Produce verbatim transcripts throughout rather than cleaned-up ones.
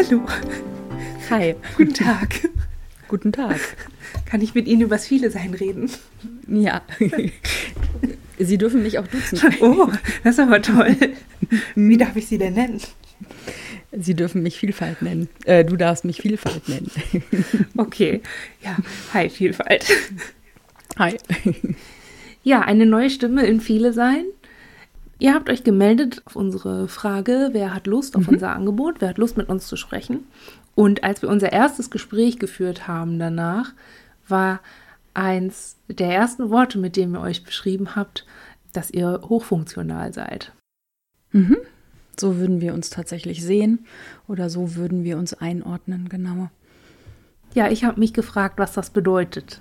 Hallo. Hi. Guten Tag. Guten Tag. Kann ich mit Ihnen über das Viele-Sein reden? Ja. Sie dürfen mich auch duzen. Oh, das ist aber toll. Wie darf ich Sie denn nennen? Sie dürfen mich Vielfalt nennen. Äh, du darfst mich Vielfalt nennen. Okay. Ja, hi, Vielfalt. Hi. Ja, eine neue Stimme in Viele-Sein. Ihr habt euch gemeldet auf unsere Frage, wer hat Lust auf mhm. unser Angebot, wer hat Lust mit uns zu sprechen. Und als wir unser erstes Gespräch geführt haben danach, war eins der ersten Worte, mit denen ihr euch beschrieben habt, dass ihr hochfunktional seid. Mhm. So würden wir uns tatsächlich sehen oder so würden wir uns einordnen, genau. Ja, ich habe mich gefragt, was das bedeutet.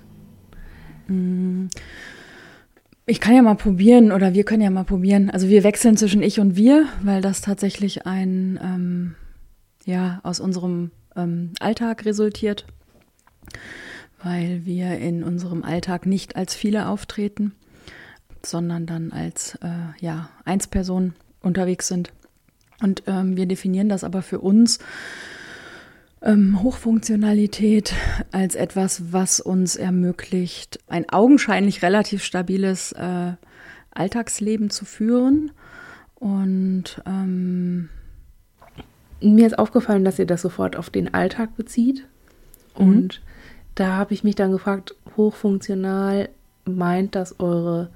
Ich kann ja mal probieren oder wir können ja mal probieren. Also wir wechseln zwischen ich und wir, weil das tatsächlich ein, ähm, ja, aus unserem ähm, Alltag resultiert, weil wir in unserem Alltag nicht als viele auftreten, sondern dann als, äh, ja, Einsperson unterwegs sind. Und ähm, wir definieren das aber für uns ähm, Hochfunktionalität als etwas, was uns ermöglicht, ein augenscheinlich relativ stabiles äh, Alltagsleben zu führen. Und ähm, mir ist aufgefallen, dass ihr das sofort auf den Alltag bezieht. Mhm. Und da habe ich mich dann gefragt, hochfunktional, meint das eure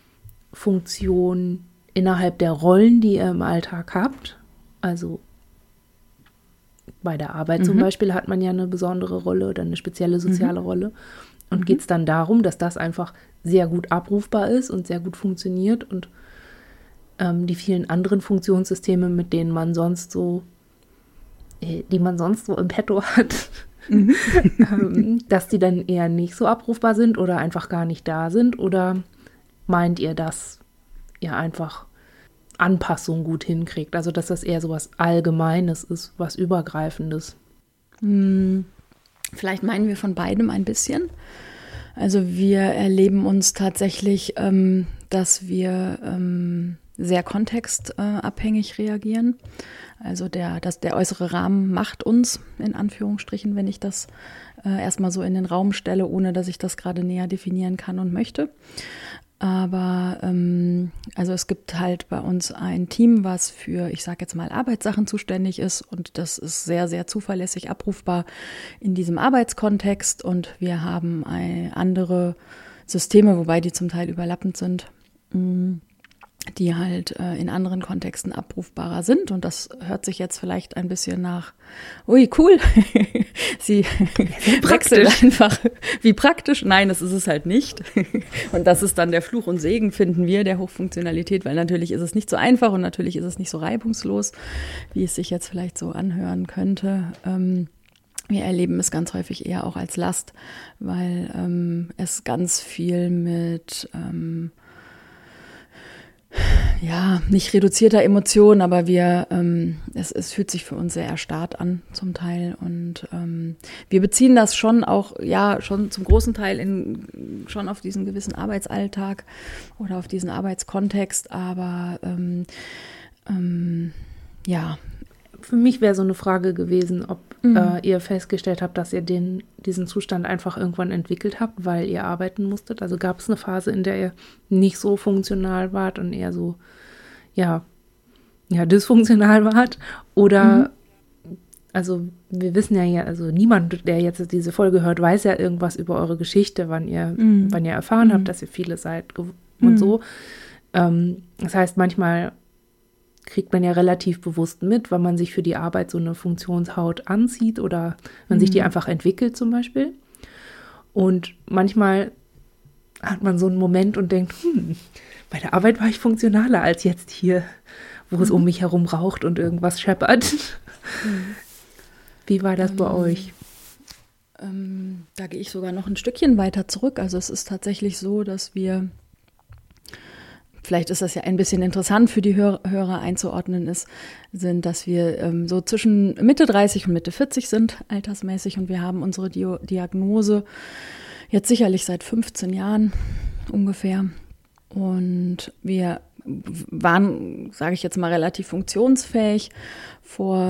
Funktion innerhalb der Rollen, die ihr im Alltag habt? Also bei der Arbeit mhm. zum Beispiel hat man ja eine besondere Rolle oder eine spezielle soziale mhm. Rolle. Und mhm. geht es dann darum, dass das einfach sehr gut abrufbar ist und sehr gut funktioniert und ähm, die vielen anderen Funktionssysteme, mit denen man sonst so, äh, die man sonst so im Petto hat, mhm. ähm, dass die dann eher nicht so abrufbar sind oder einfach gar nicht da sind? Oder meint ihr, dass ihr einfach Anpassung gut hinkriegt, also dass das eher so was Allgemeines ist, was Übergreifendes? Hm, vielleicht meinen wir von beidem ein bisschen. Also wir erleben uns tatsächlich, ähm, dass wir ähm, sehr kontextabhängig reagieren. Also der, das, der äußere Rahmen macht uns, in Anführungsstrichen, wenn ich das äh, erstmal so in den Raum stelle, ohne dass ich das gerade näher definieren kann und möchte. Aber ähm, also es gibt halt bei uns ein Team, was für, ich sage jetzt mal, Arbeitssachen zuständig ist und das ist sehr, sehr zuverlässig abrufbar in diesem Arbeitskontext und wir haben ein, andere Systeme, wobei die zum Teil überlappend sind, mh, die halt äh, in anderen Kontexten abrufbarer sind und das hört sich jetzt vielleicht ein bisschen nach, ui, cool, sie wechselt einfach, wie praktisch, nein, das ist es halt nicht und das ist dann der Fluch und Segen, finden wir, der Hochfunktionalität, weil natürlich ist es nicht so einfach und natürlich ist es nicht so reibungslos, wie es sich jetzt vielleicht so anhören könnte. Ähm, Wir erleben es ganz häufig eher auch als Last, weil ähm, es ganz viel mit ähm, ja, nicht reduzierter Emotionen, aber wir, ähm, es, es fühlt sich für uns sehr erstarrt an zum Teil und ähm, wir beziehen das schon auch, ja, schon zum großen Teil in, schon auf diesen gewissen Arbeitsalltag oder auf diesen Arbeitskontext, aber ähm, ähm, ja. Für mich wäre so eine Frage gewesen, ob mhm. äh, ihr festgestellt habt, dass ihr den, diesen Zustand einfach irgendwann entwickelt habt, weil ihr arbeiten musstet. Also gab es eine Phase, in der ihr nicht so funktional wart und eher so, ja, ja, dysfunktional wart? Oder, mhm. also wir wissen ja, ja, also niemand, der jetzt diese Folge hört, weiß ja irgendwas über eure Geschichte, wann ihr, mhm. wann ihr erfahren mhm. habt, dass ihr viele seid und mhm. so. Ähm, das heißt, manchmal kriegt man ja relativ bewusst mit, weil man sich für die Arbeit so eine Funktionshaut anzieht oder man mhm. sich die einfach entwickelt zum Beispiel. Und manchmal hat man so einen Moment und denkt, hm, bei der Arbeit war ich funktionaler als jetzt hier, wo mhm. es um mich herum raucht und irgendwas scheppert. Mhm. Wie war das ähm, bei euch? Ähm, da gehe ich sogar noch ein Stückchen weiter zurück. Also es ist tatsächlich so, dass wir vielleicht ist das ja ein bisschen interessant für die Hör- Hörer einzuordnen ist, sind, dass wir ähm, so zwischen Mitte dreißig und Mitte vierzig sind, altersmäßig. Und wir haben unsere Dio- Diagnose jetzt sicherlich seit fünfzehn Jahren ungefähr. Und wir waren, sage ich jetzt mal, relativ funktionsfähig vor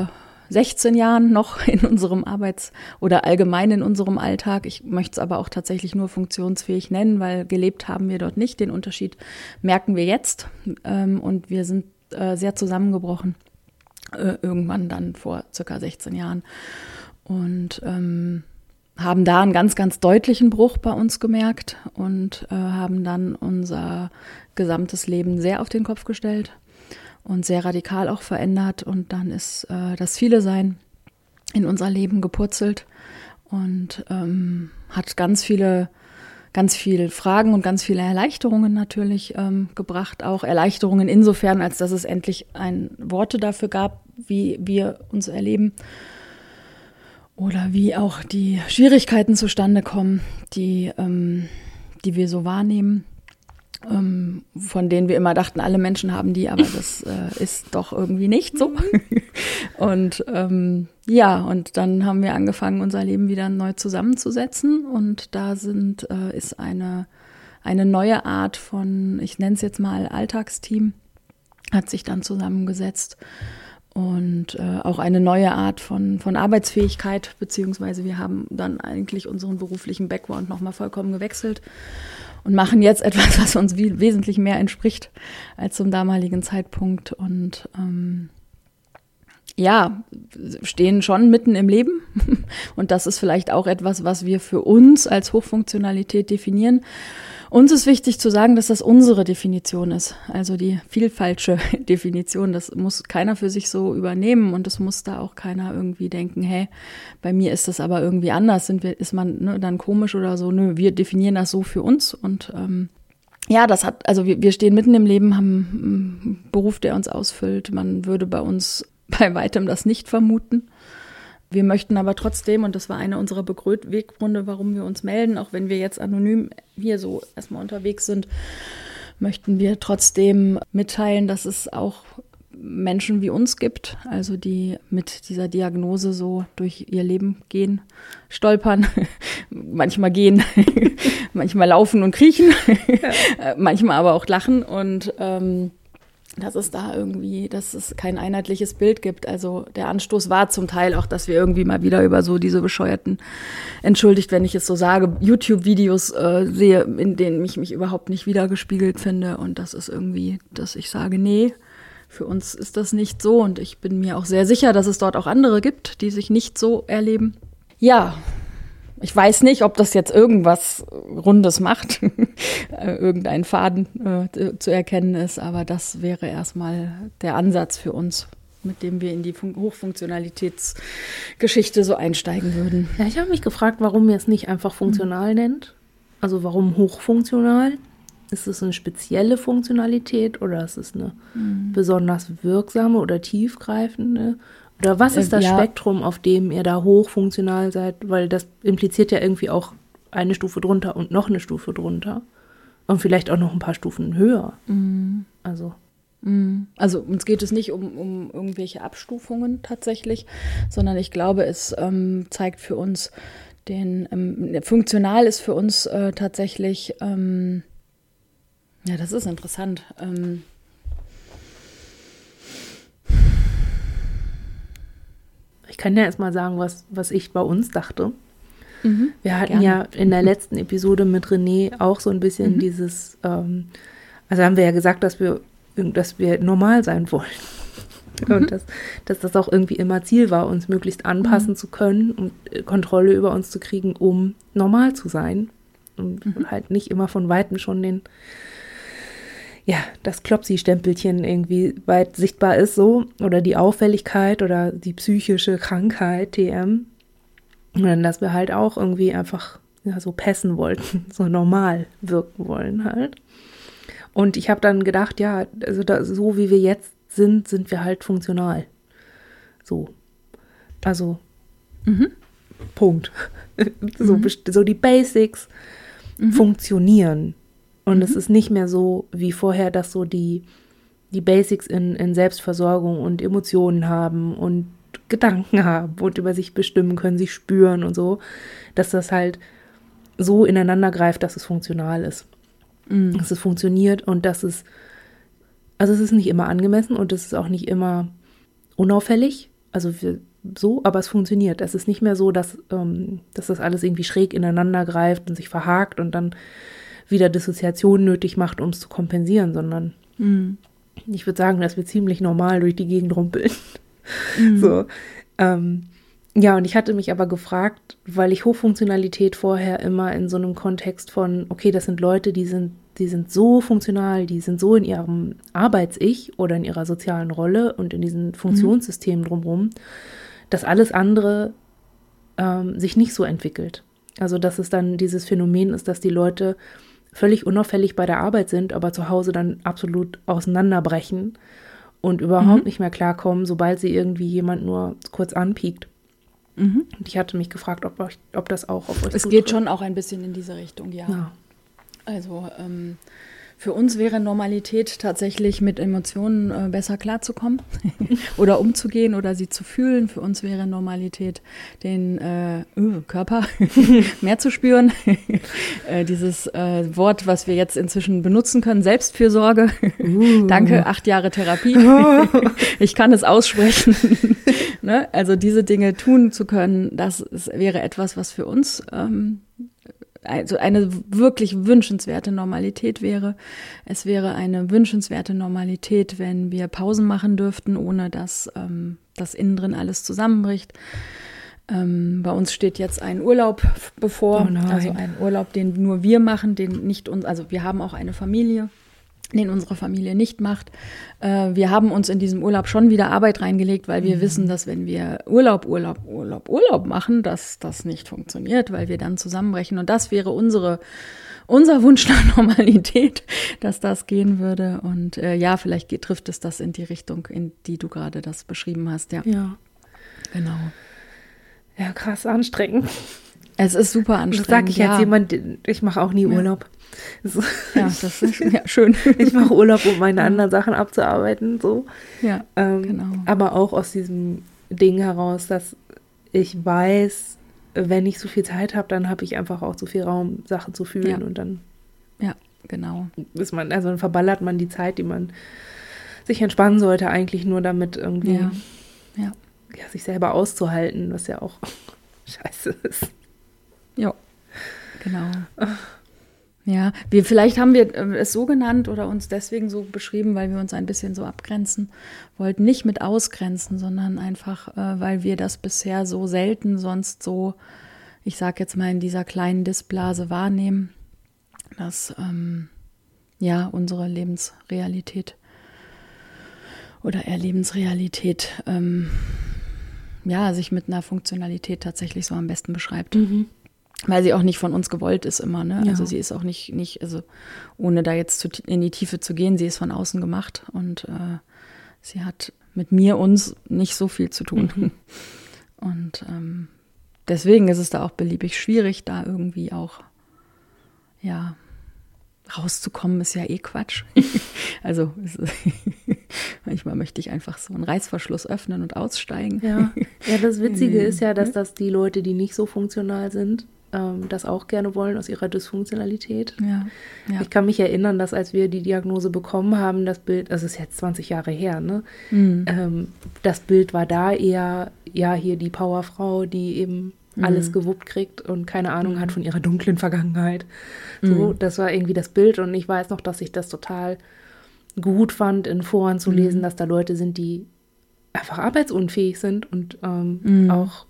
sechzehn Jahren noch in unserem Arbeits- oder allgemein in unserem Alltag. Ich möchte es aber auch tatsächlich nur funktionsfähig nennen, weil gelebt haben wir dort nicht. Den Unterschied merken wir jetzt ähm, und wir sind äh, sehr zusammengebrochen, äh, irgendwann dann vor circa sechzehn Jahren und ähm, haben da einen ganz, ganz deutlichen Bruch bei uns gemerkt und äh, haben dann unser gesamtes Leben sehr auf den Kopf gestellt und sehr radikal auch verändert. Und dann ist äh, das Viele-Sein in unser Leben gepurzelt und ähm, hat ganz viele, ganz viele Fragen und ganz viele Erleichterungen natürlich ähm, gebracht. Auch Erleichterungen insofern, als dass es endlich ein Worte dafür gab, wie wir uns erleben. Oder wie auch die Schwierigkeiten zustande kommen, die, ähm, die wir so wahrnehmen, ähm, von denen wir immer dachten, alle Menschen haben die, aber das äh, ist doch irgendwie nicht so. Und ähm, ja, und dann haben wir angefangen, unser Leben wieder neu zusammenzusetzen. Und da sind, äh, ist eine, eine neue Art von, ich nenne es jetzt mal Alltagsteam, hat sich dann zusammengesetzt. Und äh, auch eine neue Art von, von Arbeitsfähigkeit, beziehungsweise wir haben dann eigentlich unseren beruflichen Background nochmal vollkommen gewechselt und machen jetzt etwas, was uns wie, wesentlich mehr entspricht als zum damaligen Zeitpunkt. Und ähm, ja, stehen schon mitten im Leben. Und das ist vielleicht auch etwas, was wir für uns als Hochfunktionalität definieren. Uns ist wichtig zu sagen, dass das unsere Definition ist, also die viel falsche Definition. Das muss keiner für sich so übernehmen und es muss da auch keiner irgendwie denken, hey, bei mir ist das aber irgendwie anders. Sind wir, ist man ne, dann komisch oder so? Nö, wir definieren das so für uns und ähm, ja, das hat, also wir, wir stehen mitten im Leben, haben einen Beruf, der uns ausfüllt. Man würde bei uns bei weitem das nicht vermuten. Wir möchten aber trotzdem, und das war eine unserer Beweggründe, warum wir uns melden, auch wenn wir jetzt anonym hier so erstmal unterwegs sind, möchten wir trotzdem mitteilen, dass es auch Menschen wie uns gibt, also die mit dieser Diagnose so durch ihr Leben gehen, stolpern, manchmal gehen, manchmal laufen und kriechen, ja. Manchmal aber auch lachen und ähm, dass es da irgendwie, dass es kein einheitliches Bild gibt. Also der Anstoß war zum Teil auch, dass wir irgendwie mal wieder über so diese bescheuerten, entschuldigt, wenn ich es so sage, YouTube-Videos äh, sehe, in denen ich mich überhaupt nicht wiedergespiegelt finde. Und das ist irgendwie, dass ich sage, nee, für uns ist das nicht so. Und ich bin mir auch sehr sicher, dass es dort auch andere gibt, die sich nicht so erleben. Ja, ich weiß nicht, ob das jetzt irgendwas Rundes macht, irgendein Faden äh, zu erkennen ist, aber das wäre erstmal der Ansatz für uns, mit dem wir in die Fun- Hochfunktionalitätsgeschichte so einsteigen würden. Ja, ich habe mich gefragt, warum ihr es nicht einfach funktional mhm. nennt. Also warum hochfunktional? Ist es eine spezielle Funktionalität oder ist es eine mhm. besonders wirksame oder tiefgreifende? Oder was ist das ja. Spektrum, auf dem ihr da hochfunktional seid? Weil das impliziert ja irgendwie auch eine Stufe drunter und noch eine Stufe drunter. Und vielleicht auch noch ein paar Stufen höher. Mhm. Also. Also uns geht es nicht um, um irgendwelche Abstufungen tatsächlich, sondern ich glaube, es ähm, zeigt für uns den, ähm, funktional ist für uns äh, tatsächlich, ähm, ja, das ist interessant, ähm, Ich kann ja erst mal sagen, was, was ich bei uns dachte. Mhm, Wir hatten gerne. ja in der letzten Episode mit René auch so ein bisschen mhm. dieses, ähm, also haben wir ja gesagt, dass wir, dass wir normal sein wollen. Mhm. Und dass, dass das auch irgendwie immer Ziel war, uns möglichst anpassen mhm. zu können und Kontrolle über uns zu kriegen, um normal zu sein. Und mhm. halt nicht immer von Weitem schon den ja, das Klopsi-Stempelchen irgendwie weit sichtbar ist so, oder die Auffälligkeit oder die psychische Krankheit, T M. Und dann, dass wir halt auch irgendwie einfach ja, so passen wollten, so normal wirken wollen halt. Und ich habe dann gedacht, ja, also da, so wie wir jetzt sind, sind wir halt funktional. So. Also, mhm. Punkt. so, mhm. so die Basics mhm. funktionieren. Und mhm. es ist nicht mehr so wie vorher, dass so die, die Basics in, in Selbstversorgung und Emotionen haben und Gedanken haben und über sich bestimmen können, sich spüren und so, dass das halt so ineinander greift, dass es funktional ist. Mhm. Dass es funktioniert und dass es, also es ist nicht immer angemessen und es ist auch nicht immer unauffällig. Also wir so, aber es funktioniert. Es ist nicht mehr so, dass, ähm, dass das alles irgendwie schräg ineinander greift und sich verhakt und dann wieder Dissoziation nötig macht, um es zu kompensieren, sondern mhm. ich würde sagen, dass wir ziemlich normal durch die Gegend rumpeln. Mhm. So, ähm, ja, und ich hatte mich aber gefragt, weil ich Hochfunktionalität vorher immer in so einem Kontext von, okay, das sind Leute, die sind, die sind so funktional, die sind so in ihrem Arbeits-Ich oder in ihrer sozialen Rolle und in diesen Funktionssystemen drumherum, dass alles andere ähm, sich nicht so entwickelt. Also, dass es dann dieses Phänomen ist, dass die Leute völlig unauffällig bei der Arbeit sind, aber zu Hause dann absolut auseinanderbrechen und überhaupt mhm. nicht mehr klarkommen, sobald sie irgendwie jemand nur kurz anpiekt. Mhm. Und ich hatte mich gefragt, ob, euch, ob das auch auf euch Es zutrifft. Geht schon auch ein bisschen in diese Richtung, ja. ja. Also ähm, für uns wäre Normalität tatsächlich mit Emotionen äh, besser klarzukommen oder umzugehen oder sie zu fühlen. Für uns wäre Normalität, den äh, uh, Körper mehr zu spüren. äh, dieses äh, Wort, was wir jetzt inzwischen benutzen können, Selbstfürsorge. Uh. Danke, acht Jahre Therapie. Ich kann es aussprechen. Ne? Also diese Dinge tun zu können, das ist, wäre etwas, was für uns ähm, also eine wirklich wünschenswerte Normalität wäre. Es wäre eine wünschenswerte Normalität, wenn wir Pausen machen dürften, ohne dass ähm, das innen drin alles zusammenbricht. Ähm, bei uns steht jetzt ein Urlaub bevor, oh also ein Urlaub, den nur wir machen, den nicht uns, also wir haben auch eine Familie, den unsere Familie nicht macht. Äh, wir haben uns in diesem Urlaub schon wieder Arbeit reingelegt, weil wir mhm. wissen, dass wenn wir Urlaub, Urlaub, Urlaub, Urlaub machen, dass das nicht funktioniert, weil wir dann zusammenbrechen. Und das wäre unsere, unser Wunsch nach Normalität, dass das gehen würde. Und äh, ja, vielleicht geht, trifft es das in die Richtung, in die du gerade das beschrieben hast. Ja, ja. Genau. Ja, krass anstrengend. Es ist super anstrengend. Das sage ich ja. Als jemand, ich mache auch nie ja. Urlaub. So. Ja, das ist ja, schön. Ich mache Urlaub, um meine anderen Sachen abzuarbeiten. So. Ja, ähm, genau. Aber auch aus diesem Ding heraus, dass ich weiß, wenn ich so viel Zeit habe, dann habe ich einfach auch so viel Raum, Sachen zu fühlen. Ja. Und dann ja, genau. ist man, also dann verballert man die Zeit, die man sich entspannen sollte, eigentlich nur damit irgendwie ja. Ja. Ja, sich selber auszuhalten, was ja auch scheiße ist. Ja, genau. Ja, wir, vielleicht haben wir es so genannt oder uns deswegen so beschrieben, weil wir uns ein bisschen so abgrenzen wollten. Nicht mit ausgrenzen, sondern einfach, äh, weil wir das bisher so selten sonst so, ich sag jetzt mal, in dieser kleinen Disblase wahrnehmen, dass ähm, ja unsere Lebensrealität oder eher Lebensrealität ähm, ja, sich mit einer Funktionalität tatsächlich so am besten beschreibt. Mhm. Weil sie auch nicht von uns gewollt ist immer, ne? Ja. Also sie ist auch nicht, nicht, also ohne da jetzt zu, in die Tiefe zu gehen, sie ist von außen gemacht und äh, sie hat mit mir, uns nicht so viel zu tun. Mhm. Und ähm, deswegen ist es da auch beliebig schwierig, da irgendwie auch, ja, rauszukommen, ist ja eh Quatsch. Also manchmal möchte ich einfach so einen Reißverschluss öffnen und aussteigen. Ja, ja, das Witzige ist ja, dass das die Leute, die nicht so funktional sind, ähm, das auch gerne wollen aus ihrer Dysfunktionalität. Ja, ja. Ich kann mich erinnern, dass als wir die Diagnose bekommen haben, das Bild, also es ist jetzt zwanzig Jahre her, ne? Mhm. Ähm, das Bild war da eher, ja, hier die Powerfrau, die eben mhm. alles gewuppt kriegt und keine Ahnung mhm. hat von ihrer dunklen Vergangenheit. So, mhm. das war irgendwie das Bild und ich weiß noch, dass ich das total gut fand, in Foren zu lesen, mhm. dass da Leute sind, die einfach arbeitsunfähig sind und ähm, mhm. auch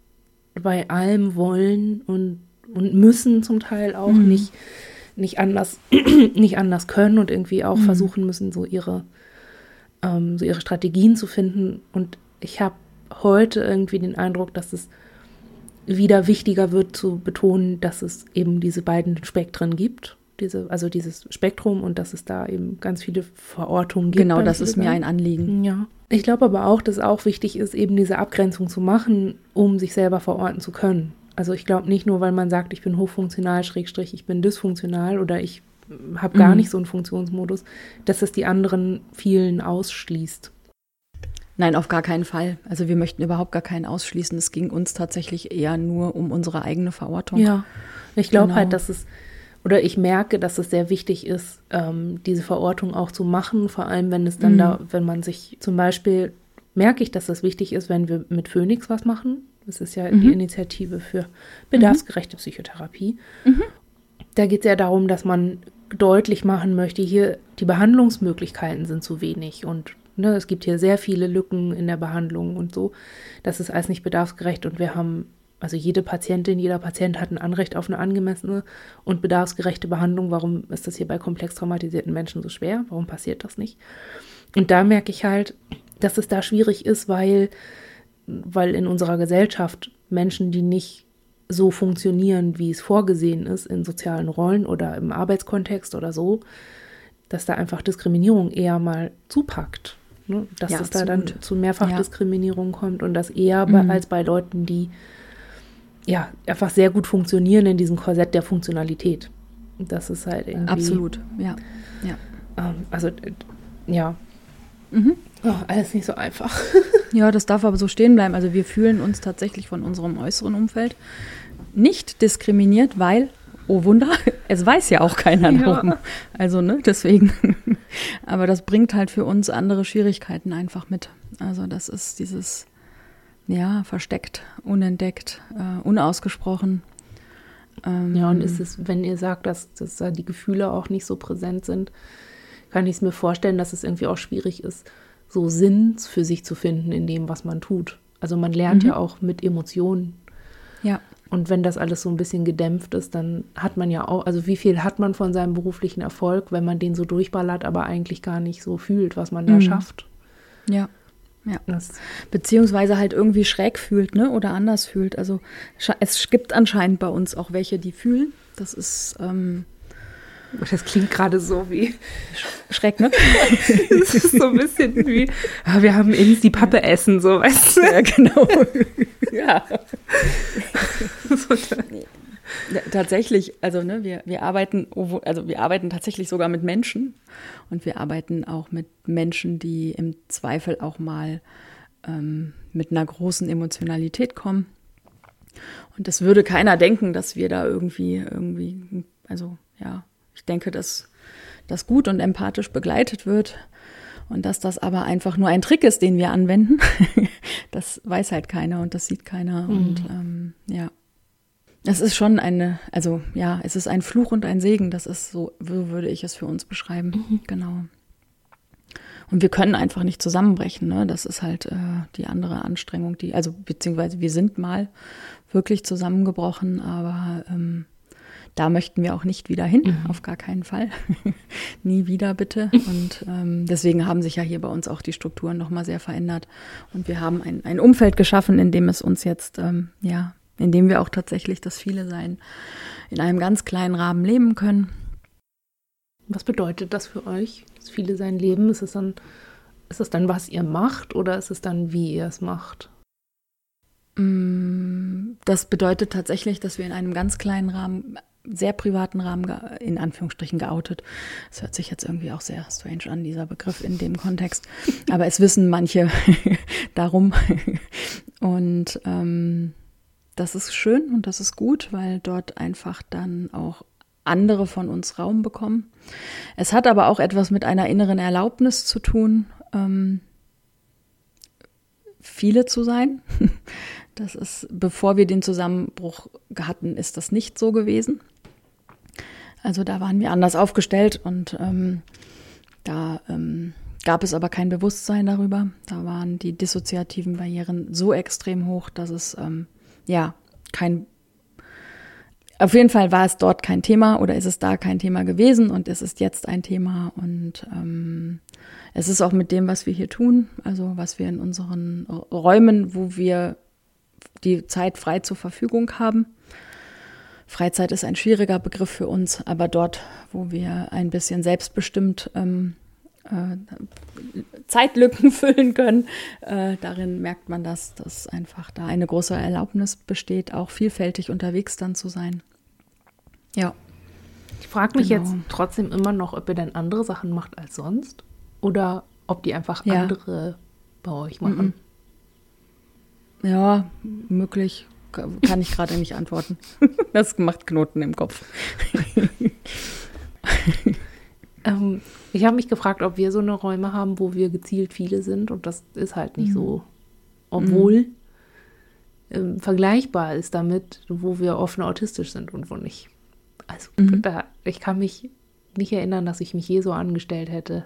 bei allem wollen und, und müssen zum Teil auch mhm. nicht, nicht, anders, nicht anders können und irgendwie auch mhm. versuchen müssen, so ihre, ähm, so ihre Strategien zu finden. Und ich habe heute irgendwie den Eindruck, dass es wieder wichtiger wird zu betonen, dass es eben diese beiden Spektren gibt. Diese, also dieses Spektrum und dass es da eben ganz viele Verortungen gibt. Genau, das ist mir ein Anliegen. Ja. Ich glaube aber auch, dass es auch wichtig ist, eben diese Abgrenzung zu machen, um sich selber verorten zu können. Also ich glaube nicht nur, weil man sagt, ich bin hochfunktional, Schrägstrich, ich bin dysfunktional oder ich habe gar mhm. nicht so einen Funktionsmodus, dass es die anderen vielen ausschließt. Nein, auf gar keinen Fall. Also wir möchten überhaupt gar keinen ausschließen. Es ging uns tatsächlich eher nur um unsere eigene Verortung. Ja, ich glaube genau. halt, dass es Oder ich merke, dass es sehr wichtig ist, ähm, diese Verortung auch zu machen, vor allem wenn es dann mhm. da, wenn man sich zum Beispiel merke ich, dass das wichtig ist, wenn wir mit Phoenix was machen. Das ist ja Mhm. die Initiative für bedarfsgerechte Psychotherapie. Mhm. Da geht es ja darum, dass man deutlich machen möchte, hier die Behandlungsmöglichkeiten sind zu wenig und ne, es gibt hier sehr viele Lücken in der Behandlung und so. Das ist alles nicht bedarfsgerecht und wir haben, also jede Patientin, jeder Patient hat ein Anrecht auf eine angemessene und bedarfsgerechte Behandlung. Warum ist das hier bei komplex traumatisierten Menschen so schwer? Warum passiert das nicht? Und da merke ich halt, dass es da schwierig ist, weil, weil in unserer Gesellschaft Menschen, die nicht so funktionieren, wie es vorgesehen ist in sozialen Rollen oder im Arbeitskontext oder so, dass da einfach Diskriminierung eher mal zupackt. Ne? Dass Ja, es da dann absolut. zu Mehrfachdiskriminierung kommt und das eher bei, Mhm. als bei Leuten, die ja einfach sehr gut funktionieren in diesem Korsett der Funktionalität. Das ist halt irgendwie... Absolut, ja. ja. Ähm, also, äh, ja, Mhm. oh, alles nicht so einfach. Ja, das darf aber so stehen bleiben. Also wir fühlen uns tatsächlich von unserem äußeren Umfeld nicht diskriminiert, weil, oh Wunder, es weiß ja auch keiner Ja. darum. Also, ne, deswegen. Aber das bringt halt für uns andere Schwierigkeiten einfach mit. Also das ist dieses, ja, versteckt, unentdeckt, äh, unausgesprochen. Ähm, Ja, und ist es, wenn ihr sagt, dass, dass da die Gefühle auch nicht so präsent sind, kann ich es mir vorstellen, dass es irgendwie auch schwierig ist, so Sinn für sich zu finden in dem, was man tut. Also man lernt Mhm. ja auch mit Emotionen. Ja, Und wenn das alles so ein bisschen gedämpft ist, dann hat man ja auch, also wie viel hat man von seinem beruflichen Erfolg, wenn man den so durchballert, aber eigentlich gar nicht so fühlt, was man da Mhm. schafft. ja. Ja. Das, Beziehungsweise halt irgendwie schräg fühlt, ne? Oder anders fühlt. Also scha- es gibt anscheinend bei uns auch welche, die fühlen. Das ist ähm, das klingt gerade so wie, schräg, ne? das ist so ein bisschen wie, ah, wir haben ins die Pappe essen, so, weißt du. Ja, genau. Ja. So, Ja, tatsächlich, also ne, wir, wir arbeiten, also wir arbeiten tatsächlich sogar mit Menschen und wir arbeiten auch mit Menschen, die im Zweifel auch mal ähm, mit einer großen Emotionalität kommen. Und das würde keiner denken, dass wir da irgendwie, irgendwie, also ja, ich denke, dass das gut und empathisch begleitet wird und dass das aber einfach nur ein Trick ist, den wir anwenden. Das weiß halt keiner und das sieht keiner Mhm. und ähm, ja. Es ist schon eine, also ja, es ist ein Fluch und ein Segen, das ist so, so würde ich es für uns beschreiben, Mhm. genau. Und wir können einfach nicht zusammenbrechen, ne? Das ist halt äh, die andere Anstrengung, die, also beziehungsweise wir sind mal wirklich zusammengebrochen, aber ähm, da möchten wir auch nicht wieder hin, Mhm. auf gar keinen Fall. Nie wieder bitte. Und ähm, deswegen haben sich ja hier bei uns auch die Strukturen nochmal sehr verändert. Und wir haben ein, ein Umfeld geschaffen, in dem es uns jetzt, ähm, ja, in dem wir auch tatsächlich das Viele-Sein in einem ganz kleinen Rahmen leben können. Was bedeutet das für euch? Das viele sein Leben, ist es dann, ist es dann, was ihr macht oder ist es dann, wie ihr es macht? Das bedeutet tatsächlich, dass wir in einem ganz kleinen Rahmen, sehr privaten Rahmen, ge- in Anführungsstrichen geoutet. Das hört sich jetzt irgendwie auch sehr strange an, dieser Begriff in dem Kontext. Aber es wissen manche darum. Und ähm, das ist schön und das ist gut, weil dort einfach dann auch andere von uns Raum bekommen. Es hat aber auch etwas mit einer inneren Erlaubnis zu tun, ähm, viele zu sein. Das ist, bevor wir den Zusammenbruch hatten, ist das nicht so gewesen. Also da waren wir anders aufgestellt und ähm, da ähm, gab es aber kein Bewusstsein darüber. Da waren die dissoziativen Barrieren so extrem hoch, dass es ähm, ja kein, auf jeden Fall war es dort kein Thema oder ist es da kein Thema gewesen und es ist jetzt ein Thema und ähm, es ist auch mit dem, was wir hier tun, also was wir in unseren Räumen, wo wir die Zeit frei zur Verfügung haben. Freizeit ist ein schwieriger Begriff für uns, aber dort, wo wir ein bisschen selbstbestimmt ähm, äh, Zeitlücken füllen können, äh, darin merkt man, dass, dass einfach da eine große Erlaubnis besteht, auch vielfältig unterwegs dann zu sein. Ja. Ich frage mich Genau. jetzt trotzdem immer noch, ob ihr denn andere Sachen macht als sonst oder ob die einfach Ja. andere bei euch machen. Ja, möglich. Kann ich gerade nicht antworten. Das macht Knoten im Kopf. Ähm, ich habe mich gefragt, ob wir so eine Räume haben, wo wir gezielt viele sind. Und das ist halt nicht mhm. so. Obwohl mhm. ähm, vergleichbar ist damit, wo wir offen autistisch sind und wo nicht. Also mhm. da, ich kann mich nicht erinnern, dass ich mich je so angestellt hätte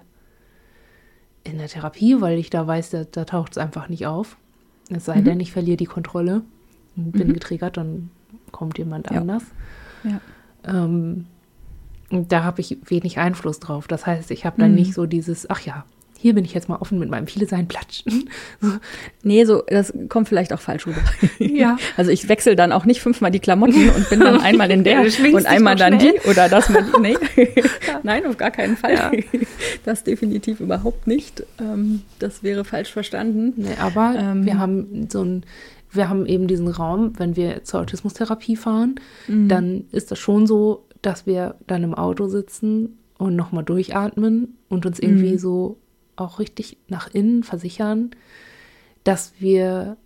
in der Therapie, weil ich da weiß, da, da taucht es einfach nicht auf. Es sei mhm. denn, ich verliere die Kontrolle und bin mhm. getriggert, dann kommt jemand ja. anders. Ja. Ähm, und da habe ich wenig Einfluss drauf. Das heißt, ich habe dann mhm. nicht so dieses, ach ja, hier bin ich jetzt mal offen mit meinem Viele-Sein, platschen. Nee, so, das kommt vielleicht auch falsch rüber. Ja. Also ich wechsle dann auch nicht fünfmal die Klamotten und bin dann einmal in der und einmal dann die oder das mal die. Nee. Ja. Nein, auf gar keinen Fall. Ja. Das definitiv überhaupt nicht. Das wäre falsch verstanden. Nee, aber ähm, wir haben so ein, wir haben eben diesen Raum, wenn wir zur Autismustherapie fahren, mhm. dann ist das schon so, dass wir dann im Auto sitzen und nochmal durchatmen und uns irgendwie mhm. so auch richtig nach innen versichern, dass wir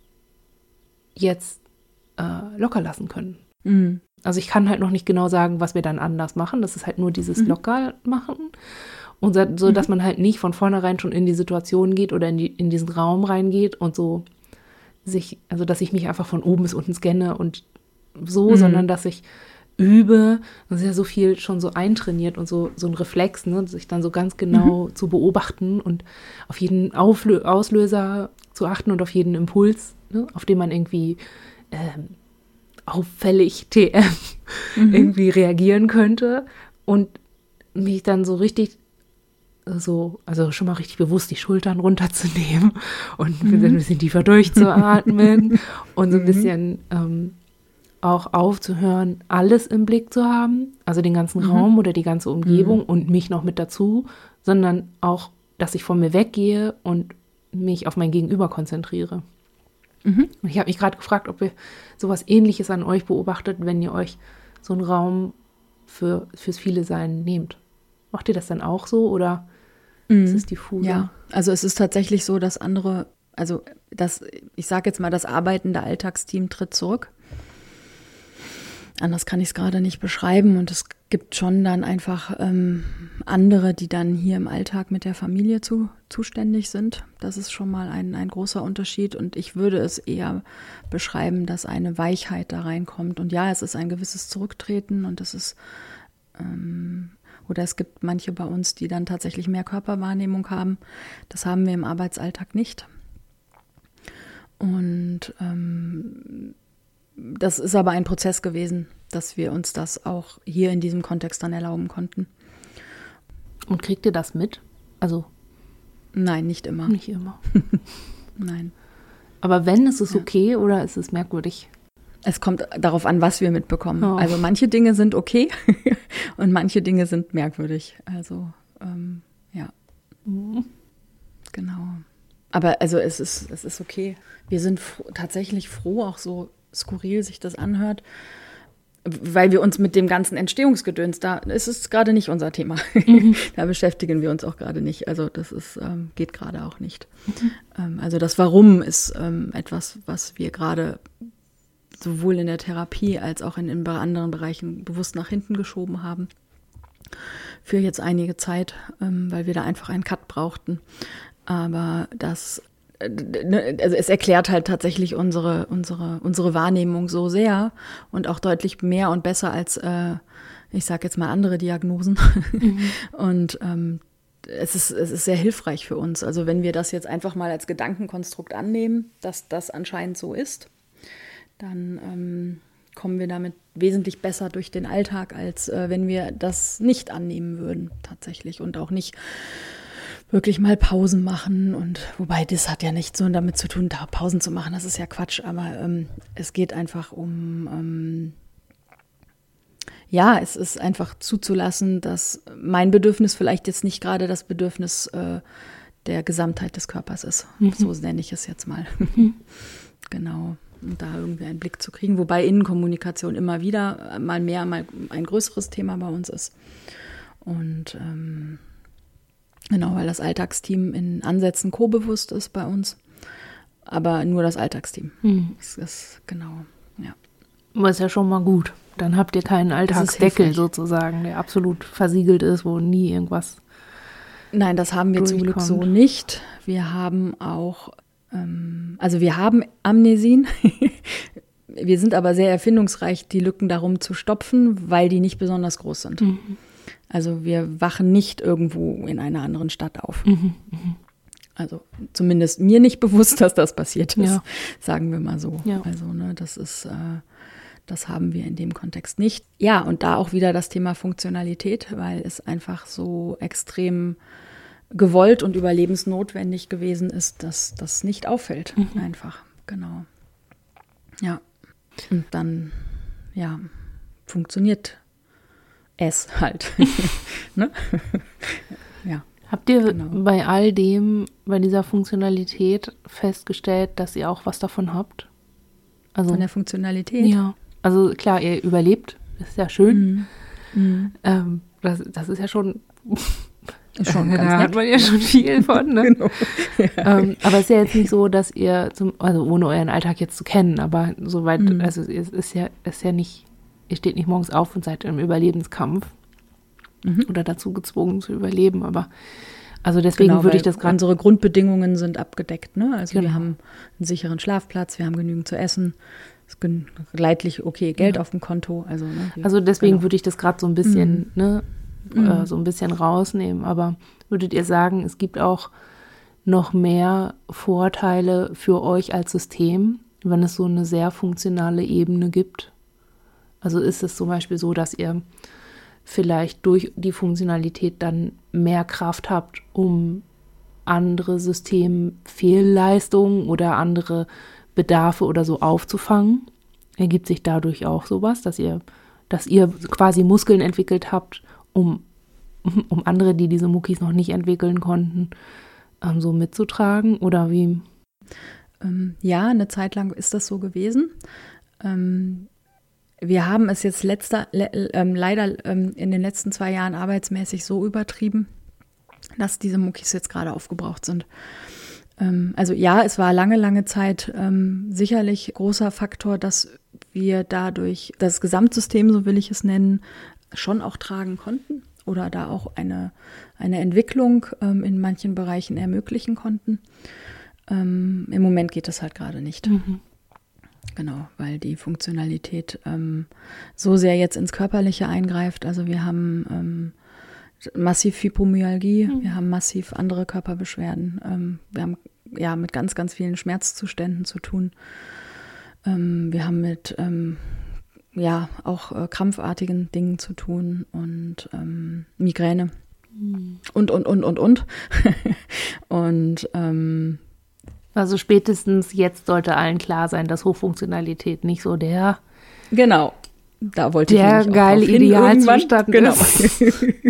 jetzt äh, locker lassen können. Mhm. Also ich kann halt noch nicht genau sagen, was wir dann anders machen. Das ist halt nur dieses mhm. locker machen. Und so, so mhm. dass man halt nicht von vornherein schon in die Situation geht oder in, die, in diesen Raum reingeht und so sich, also dass ich mich einfach von oben bis unten scanne und so, mhm. sondern dass ich übe, das ist ja so viel schon so eintrainiert und so, so ein Reflex, ne, sich dann so ganz genau mhm. zu beobachten und auf jeden Auflö- Auslöser zu achten und auf jeden Impuls, ne, auf den man irgendwie ähm, auffällig T M mhm. irgendwie reagieren könnte und mich dann so richtig so, also schon mal richtig bewusst die Schultern runterzunehmen und mhm. ein bisschen tiefer durchzuatmen und so ein bisschen ähm, auch aufzuhören, alles im Blick zu haben, also den ganzen mhm. Raum oder die ganze Umgebung mhm. und mich noch mit dazu, sondern auch, dass ich von mir weggehe und mich auf mein Gegenüber konzentriere. Mhm. Und ich habe mich gerade gefragt, ob ihr sowas Ähnliches an euch beobachtet, wenn ihr euch so einen Raum für, fürs Viele-Sein nehmt. Macht ihr das dann auch so oder mhm. ist es diffuser? Ja, also es ist tatsächlich so, dass andere, also das, ich sage jetzt mal, das arbeitende Alltagsteam tritt zurück. Anders kann ich es gerade nicht beschreiben und es gibt schon dann einfach ähm, andere, die dann hier im Alltag mit der Familie zu, zuständig sind. Das ist schon mal ein, ein großer Unterschied und ich würde es eher beschreiben, dass eine Weichheit da reinkommt. Und ja, es ist ein gewisses Zurücktreten und es ist, ähm, oder es gibt manche bei uns, die dann tatsächlich mehr Körperwahrnehmung haben. Das haben wir im Arbeitsalltag nicht. Und ähm, das ist aber ein Prozess gewesen, dass wir uns das auch hier in diesem Kontext dann erlauben konnten. Und kriegt ihr das mit? Also nein, nicht immer. Nicht immer. Nein. Aber wenn, ist es ja. okay oder ist es merkwürdig? Es kommt darauf an, was wir mitbekommen. Oh. Also manche Dinge sind okay und manche Dinge sind merkwürdig. Also ähm, ja, mhm. genau. Aber also es ist, es ist okay. Wir sind froh, tatsächlich froh, auch so skurril sich das anhört, weil wir uns mit dem ganzen Entstehungsgedöns, da ist es gerade nicht unser Thema. Mhm. Da beschäftigen wir uns auch gerade nicht. Also das ist, ähm, geht gerade auch nicht. Mhm. Ähm, also das Warum ist ähm, etwas, was wir gerade sowohl in der Therapie als auch in, in anderen Bereichen bewusst nach hinten geschoben haben. Für jetzt einige Zeit, ähm, weil wir da einfach einen Cut brauchten. Aber das Also es erklärt halt tatsächlich unsere, unsere, unsere Wahrnehmung so sehr und auch deutlich mehr und besser als, äh, ich sage jetzt mal, andere Diagnosen. Mhm. Und ähm, es ist, es ist sehr hilfreich für uns. Also wenn wir das jetzt einfach mal als Gedankenkonstrukt annehmen, dass das anscheinend so ist, dann ähm, kommen wir damit wesentlich besser durch den Alltag, als äh, wenn wir das nicht annehmen würden tatsächlich und auch nicht wirklich mal Pausen machen und wobei das hat ja nichts so damit zu tun, da Pausen zu machen, das ist ja Quatsch, aber ähm, es geht einfach um, ähm, ja, es ist einfach zuzulassen, dass mein Bedürfnis vielleicht jetzt nicht gerade das Bedürfnis äh, der Gesamtheit des Körpers ist. Mhm. So nenne ich es jetzt mal. Mhm. Genau. Und da irgendwie einen Blick zu kriegen, wobei Innenkommunikation immer wieder mal mehr, mal ein größeres Thema bei uns ist. Und ähm, genau, weil das Alltagsteam in Ansätzen co-bewusst ist bei uns, aber nur das Alltagsteam. Hm. Das ist genau, ja. Aber ist ja schon mal gut. Dann habt ihr keinen Alltagsdeckel sozusagen, der absolut versiegelt ist, wo nie irgendwas Nein, das haben wir zum Glück so nicht. Wir haben auch, ähm, also wir haben Amnesien. Wir sind aber sehr erfindungsreich, die Lücken darum zu stopfen, weil die nicht besonders groß sind. Mhm. Also wir wachen nicht irgendwo in einer anderen Stadt auf. Mhm. Mhm. Also zumindest mir nicht bewusst, dass das passiert ist, ja. Sagen wir mal so. Ja. Also ne, das ist, äh, das haben wir in dem Kontext nicht. Ja, und da auch wieder das Thema Funktionalität, weil es einfach so extrem gewollt und überlebensnotwendig gewesen ist, dass das nicht auffällt. Mhm. Einfach, genau. Ja, und dann, ja, funktioniert es halt. Ne? Ja. Habt ihr genau. bei all dem, bei dieser Funktionalität festgestellt, dass ihr auch was davon habt? Also, von der Funktionalität? Ja. Also klar, ihr überlebt, ist ja schön. Mhm. Mhm. Ähm, das, das ist ja schon, ist schon ganz da nett. hat man ja schon viel von. Ne? Genau. Ja. Ähm, aber es ist ja jetzt nicht so, dass ihr, zum, also ohne euren Alltag jetzt zu kennen, aber soweit, mhm. also es ist ja, ist ja nicht, ihr steht nicht morgens auf und seid im Überlebenskampf. Mhm. Oder dazu gezwungen zu überleben, aber also deswegen genau, würde ich das gerade. Unsere Grundbedingungen sind abgedeckt, ne? Also genau. Wir haben einen sicheren Schlafplatz, wir haben genügend zu essen, es ist leidlich okay Geld ja. auf dem Konto, also ne, wir, also deswegen genau. würde ich das gerade so ein bisschen, mhm. ne, mhm. äh, so ein bisschen rausnehmen. Aber würdet ihr sagen, es gibt auch noch mehr Vorteile für euch als System, wenn es so eine sehr funktionale Ebene gibt? Also ist es zum Beispiel so, dass ihr vielleicht durch die Funktionalität dann mehr Kraft habt, um andere Systemfehlleistungen oder andere Bedarfe oder so aufzufangen? Ergibt sich dadurch auch sowas, dass ihr, dass ihr quasi Muskeln entwickelt habt, um, um andere, die diese Muckis noch nicht entwickeln konnten, ähm, so mitzutragen? Oder wie? Ähm, ja, eine Zeit lang ist das so gewesen. Ähm, Wir haben es jetzt letzter, le, ähm, leider ähm, in den letzten zwei Jahren arbeitsmäßig so übertrieben, dass diese Muckis jetzt gerade aufgebraucht sind. Ähm, also ja, es war lange, lange Zeit ähm, sicherlich großer Faktor, dass wir dadurch das Gesamtsystem, so will ich es nennen, schon auch tragen konnten oder da auch eine, eine Entwicklung ähm, in manchen Bereichen ermöglichen konnten. Ähm, im Moment geht das halt gerade nicht. Mhm. Genau, weil die Funktionalität ähm, so sehr jetzt ins Körperliche eingreift. Also wir haben ähm, massiv Fibromyalgie, mhm. wir haben massiv andere Körperbeschwerden. Ähm, wir haben ja mit ganz, ganz vielen Schmerzzuständen zu tun. Ähm, wir haben mit ähm, ja auch äh, krampfartigen Dingen zu tun und ähm, Migräne mhm. und, und, und, und, und. und ähm, Also spätestens jetzt sollte allen klar sein, dass Hochfunktionalität nicht so der genau da wollte der ich geile Idealzustand genau. ist.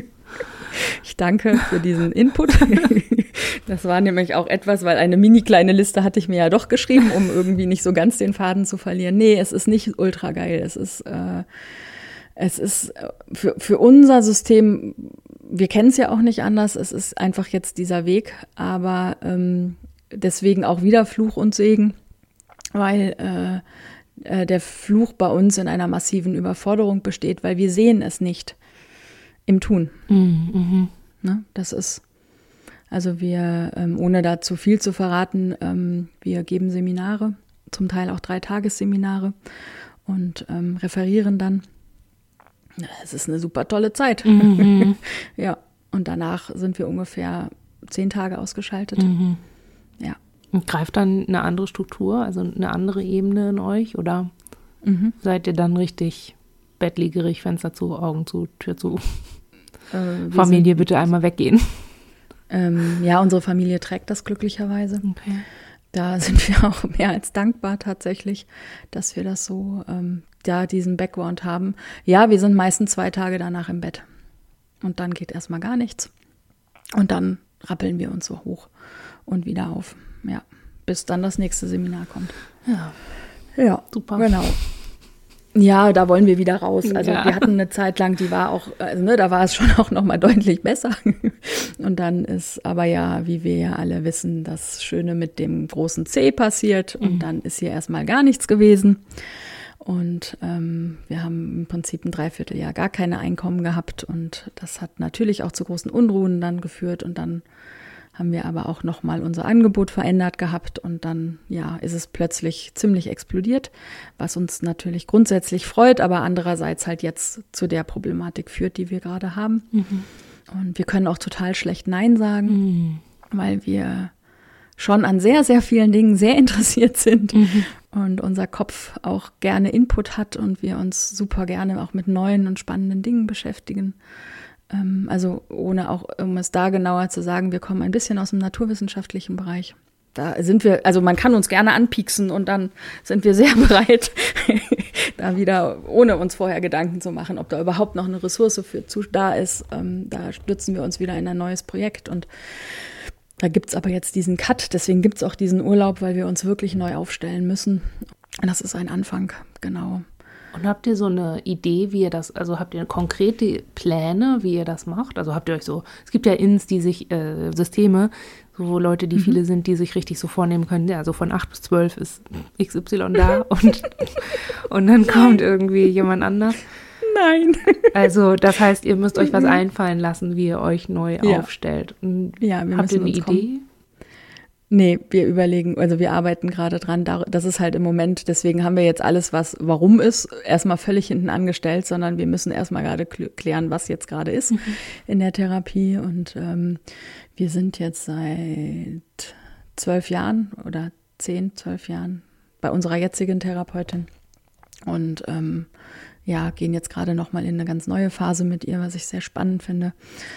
Ich danke für diesen Input. Das war nämlich auch etwas, weil eine mini kleine Liste hatte ich mir ja doch geschrieben, um irgendwie nicht so ganz den Faden zu verlieren. Nee, es ist nicht ultra geil. Es ist äh, es ist für für unser System, wir kennen es ja auch nicht anders. Es ist einfach jetzt dieser Weg, aber ähm, deswegen auch wieder Fluch und Segen, weil äh, äh, der Fluch bei uns in einer massiven Überforderung besteht, weil wir sehen es nicht im Tun. Mhm. Ne? Das ist, also wir, ähm, ohne da zu viel zu verraten, ähm, wir geben Seminare, zum Teil auch Dreitagesseminare und ähm, referieren dann. Es ist eine super tolle Zeit. Mhm. Ja, und danach sind wir ungefähr zehn Tage ausgeschaltet. Mhm. Ja. Und greift dann eine andere Struktur, also eine andere Ebene in euch? Oder mhm. seid ihr dann richtig bettlägerig, Fenster zu, Augen zu, Tür zu? Äh, Familie, bitte einmal weggehen. Ähm, ja, unsere Familie trägt das glücklicherweise. Okay. Da sind wir auch mehr als dankbar tatsächlich, dass wir das so, ähm, da diesen Background haben. Ja, wir sind meistens zwei Tage danach im Bett. Und dann geht erstmal gar nichts. Und dann rappeln wir uns so hoch und wieder auf. Ja, bis dann das nächste Seminar kommt. Ja, ja, super. Genau. Ja, da wollen wir wieder raus. Also ja. Wir hatten eine Zeit lang, die war auch, also, ne, da war es schon auch nochmal deutlich besser. Und dann ist aber ja, wie wir ja alle wissen, das Schöne mit dem großen C passiert. Und mhm. dann ist hier erstmal gar nichts gewesen. Und ähm, wir haben im Prinzip ein Dreivierteljahr gar keine Einkommen gehabt. Und das hat natürlich auch zu großen Unruhen dann geführt. Und dann haben wir aber auch nochmal unser Angebot verändert gehabt. Und dann, ja, ist es plötzlich ziemlich explodiert, was uns natürlich grundsätzlich freut, aber andererseits halt jetzt zu der Problematik führt, die wir gerade haben. Mhm. Und wir können auch total schlecht Nein sagen, mhm. weil wir schon an sehr, sehr vielen Dingen sehr interessiert sind mhm. und unser Kopf auch gerne Input hat und wir uns super gerne auch mit neuen und spannenden Dingen beschäftigen. Ähm, also ohne auch, um es da genauer zu sagen, wir kommen ein bisschen aus dem naturwissenschaftlichen Bereich. Da sind wir, also man kann uns gerne anpieksen und dann sind wir sehr bereit, da wieder, ohne uns vorher Gedanken zu machen, ob da überhaupt noch eine Ressource für zu, da ist. Ähm, da stürzen wir uns wieder in ein neues Projekt und da gibt es aber jetzt diesen Cut, deswegen gibt es auch diesen Urlaub, weil wir uns wirklich neu aufstellen müssen. Das ist ein Anfang, genau. Und habt ihr so eine Idee, wie ihr das, also habt ihr konkrete Pläne, wie ihr das macht? Also habt ihr euch so, es gibt ja Ins, die sich, äh, Systeme, so Leute, die mhm. viele sind, die sich richtig so vornehmen können, ja, also von acht bis zwölf ist X Y da und, und dann kommt irgendwie jemand anders. Nein. Also das heißt, ihr müsst euch was einfallen lassen, wie ihr euch neu ja. aufstellt. Und ja, wir habt ihr eine Idee? Kommen. Nee, wir überlegen, also wir arbeiten gerade dran, das ist halt im Moment, deswegen haben wir jetzt alles, was warum ist, erstmal völlig hinten angestellt, sondern wir müssen erstmal gerade klären, was jetzt gerade ist mhm. in der Therapie. Und ähm, wir sind jetzt seit zwölf Jahren oder zehn, zwölf Jahren bei unserer jetzigen Therapeutin und ähm, ja, gehen jetzt gerade nochmal in eine ganz neue Phase mit ihr, was ich sehr spannend finde.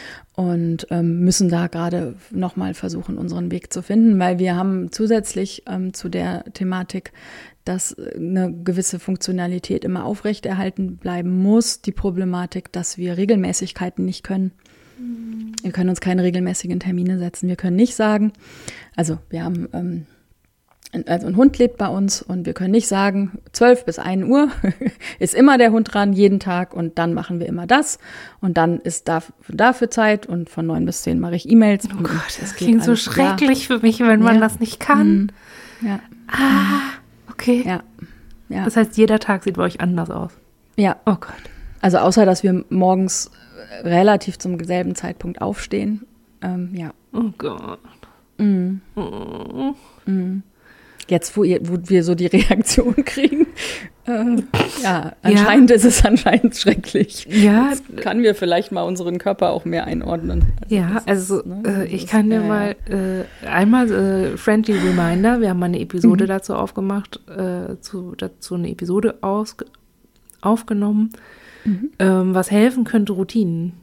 Und ähm, müssen da gerade nochmal versuchen, unseren Weg zu finden, weil wir haben zusätzlich ähm, zu der Thematik, dass eine gewisse Funktionalität immer aufrechterhalten bleiben muss, die Problematik, dass wir Regelmäßigkeiten nicht können. Mhm. Wir können uns keine regelmäßigen Termine setzen. Wir können nicht sagen, also wir haben... Ähm, Also ein Hund lebt bei uns und wir können nicht sagen, zwölf bis ein Uhr ist immer der Hund dran, jeden Tag und dann machen wir immer das und dann ist da, dafür Zeit und von neun bis zehn mache ich E-Mails. Oh Gott, das, das klingt so schrecklich ja. für mich, wenn man ja. das nicht kann. Ja. Ah, okay. Ja. Ja. Das heißt, jeder Tag sieht bei euch anders aus. Ja. Oh Gott. Also außer, dass wir morgens relativ zum selben Zeitpunkt aufstehen. Ähm, ja. Oh Gott. Mhm. Oh. Mhm. Jetzt, wo, ihr, wo wir so die Reaktion kriegen, äh, ja, anscheinend ja. ist es anscheinend schrecklich. Ja. Jetzt kann wir vielleicht mal unseren Körper auch mehr einordnen. Also ja, also ist, ne, äh, ich kann dir ja, mal äh, einmal äh, Friendly Reminder, wir haben mal eine Episode mhm. dazu aufgemacht, äh, zu, dazu eine Episode aus, aufgenommen, mhm. ähm, was helfen könnte, Routinen.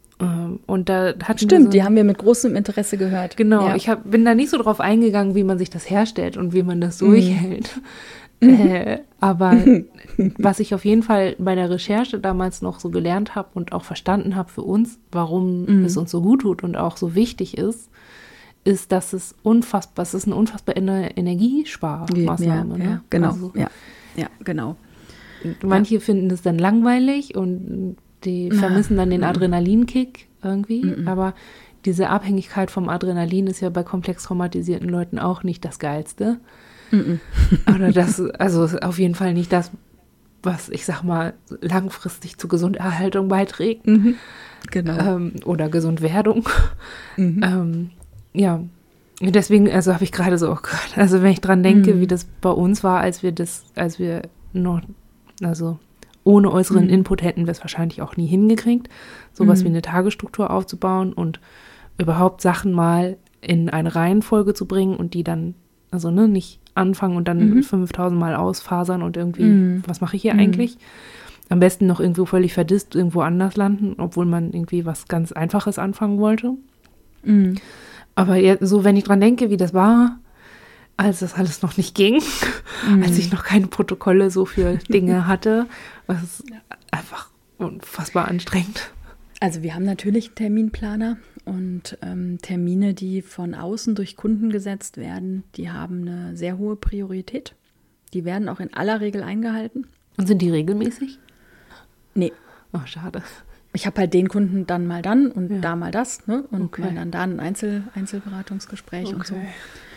Und da hatten Stimmt, so, die haben wir mit großem Interesse gehört. Genau, ja. ich hab, bin da nicht so drauf eingegangen, wie man sich das herstellt und wie man das durchhält. Mhm. Äh, aber was ich auf jeden Fall bei der Recherche damals noch so gelernt habe und auch verstanden habe für uns, warum mhm. es uns so gut tut und auch so wichtig ist, ist, dass es unfassbar, es ist eine unfassbar Energiesparmaßnahme. Ja, ne? ja, genau. Also, ja, ja, genau. Manche ja. finden es dann langweilig und die vermissen dann den Adrenalinkick irgendwie, mm-mm. aber diese Abhängigkeit vom Adrenalin ist ja bei komplex traumatisierten Leuten auch nicht das Geilste. Mm-mm. Oder das, also auf jeden Fall nicht das, was ich sag mal langfristig zur Gesunderhaltung beiträgt. Mhm. Genau. Ähm, oder Gesundwerdung. Mhm. Ähm, ja, deswegen, also habe ich gerade so, oh Gott, also wenn ich dran denke, mhm. wie das bei uns war, als wir das, als wir noch, also ohne äußeren mhm. Input hätten wir es wahrscheinlich auch nie hingekriegt, sowas mhm. wie eine Tagesstruktur aufzubauen und überhaupt Sachen mal in eine Reihenfolge zu bringen und die dann, also ne, nicht anfangen und dann mhm. fünftausend Mal ausfasern und irgendwie, mhm. was mache ich hier mhm. eigentlich? Am besten noch irgendwo völlig verdisst irgendwo anders landen, obwohl man irgendwie was ganz Einfaches anfangen wollte. Mhm. Aber jetzt, so, wenn ich dran denke, wie das war, als das alles noch nicht ging, mhm. als ich noch keine Protokolle so für Dinge hatte, was ist einfach unfassbar anstrengend. Also wir haben natürlich einen Terminplaner und ähm, Termine, die von außen durch Kunden gesetzt werden, die haben eine sehr hohe Priorität. Die werden auch in aller Regel eingehalten. Und sind die regelmäßig? Nee. Oh, schade. Ich habe halt den Kunden dann mal dann und ja. da mal das, ne? Und okay. mal dann da ein Einzel- Einzelberatungsgespräch okay. und so.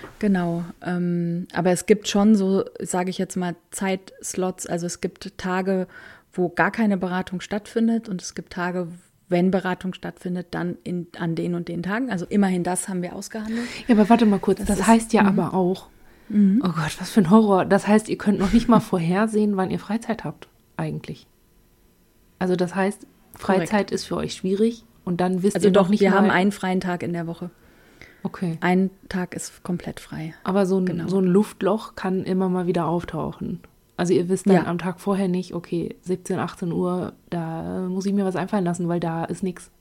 Genau, ähm, aber es gibt schon so, sage ich jetzt mal, Zeitslots, also es gibt Tage, wo gar keine Beratung stattfindet und es gibt Tage, wenn Beratung stattfindet, dann in, an den und den Tagen. Also immerhin das haben wir ausgehandelt. Ja, aber warte mal kurz, das, Das das ist- heißt ja mhm. aber auch, oh Gott, was für ein Horror. Das heißt, ihr könnt noch nicht mal vorhersehen, wann ihr Freizeit habt, eigentlich. Also das heißt, Freizeit Korrekt. ist für euch schwierig und dann wisst Also ihr doch, noch nicht wir mal. haben einen freien Tag in der Woche. Okay. Ein Tag ist komplett frei. Aber so ein, Genau. so ein Luftloch kann immer mal wieder auftauchen. Also ihr wisst dann Ja. am Tag vorher nicht, okay, siebzehn, achtzehn Uhr, da muss ich mir was einfallen lassen, weil da ist nichts.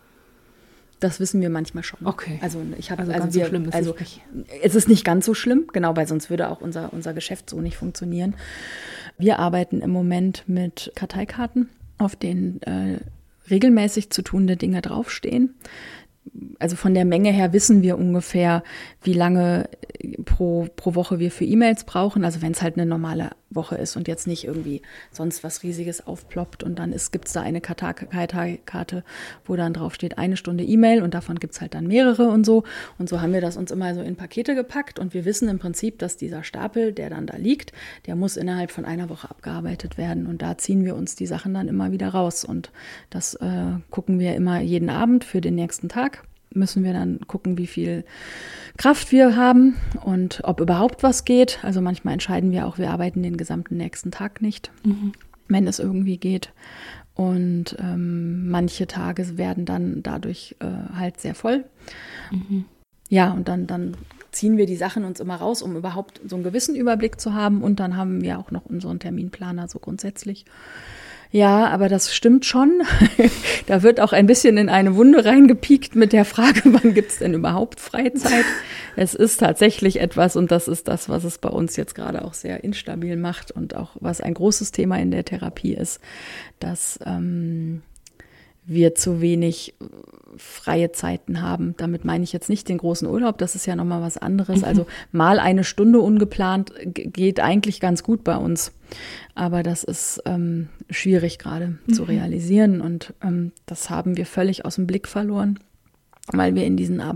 Das wissen wir manchmal schon. Okay. Also ich habe Also also, ganz so wir, schlimm ist also es nicht. es ist nicht ganz so schlimm, genau, weil sonst würde auch unser, unser Geschäft so nicht funktionieren. Wir arbeiten im Moment mit Karteikarten, auf denen äh, regelmäßig zu tuende Dinge draufstehen. Also von der Menge her wissen wir ungefähr, wie lange pro, pro Woche wir für E-Mails brauchen. Also wenn es halt eine normale Woche ist und jetzt nicht irgendwie sonst was Riesiges aufploppt. Und dann gibt es da eine Karteikarte, wo dann drauf steht, eine Stunde E-Mail und davon gibt es halt dann mehrere und so. Und so haben wir das uns immer so in Pakete gepackt. Und wir wissen im Prinzip, dass dieser Stapel, der dann da liegt, der muss innerhalb von einer Woche abgearbeitet werden. Und da ziehen wir uns die Sachen dann immer wieder raus. Und das äh, gucken wir immer jeden Abend für den nächsten Tag. Müssen wir dann gucken, wie viel Kraft wir haben und ob überhaupt was geht. Also manchmal entscheiden wir auch, wir arbeiten den gesamten nächsten Tag nicht, Mhm. wenn es irgendwie geht. Und ähm, manche Tage werden dann dadurch äh, halt sehr voll. Mhm. Ja, und dann, dann ziehen wir die Sachen uns immer raus, um überhaupt so einen gewissen Überblick zu haben. Und dann haben wir auch noch unseren Terminplaner so grundsätzlich. Ja, aber das stimmt schon. Da wird auch ein bisschen in eine Wunde reingepiekt mit der Frage, wann gibt es denn überhaupt Freizeit? Es ist tatsächlich etwas und das ist das, was es bei uns jetzt gerade auch sehr instabil macht und auch was ein großes Thema in der Therapie ist, dass ähm, wir zu wenig freie Zeiten haben. Damit meine ich jetzt nicht den großen Urlaub, das ist ja nochmal was anderes. Also mal eine Stunde ungeplant g- geht eigentlich ganz gut bei uns. Aber das ist ähm, schwierig gerade mhm. zu realisieren und ähm, das haben wir völlig aus dem Blick verloren, weil wir in diesen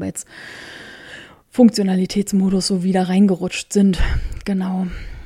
Arbeitsfunktionalitätsmodus so wieder reingerutscht sind. Genau.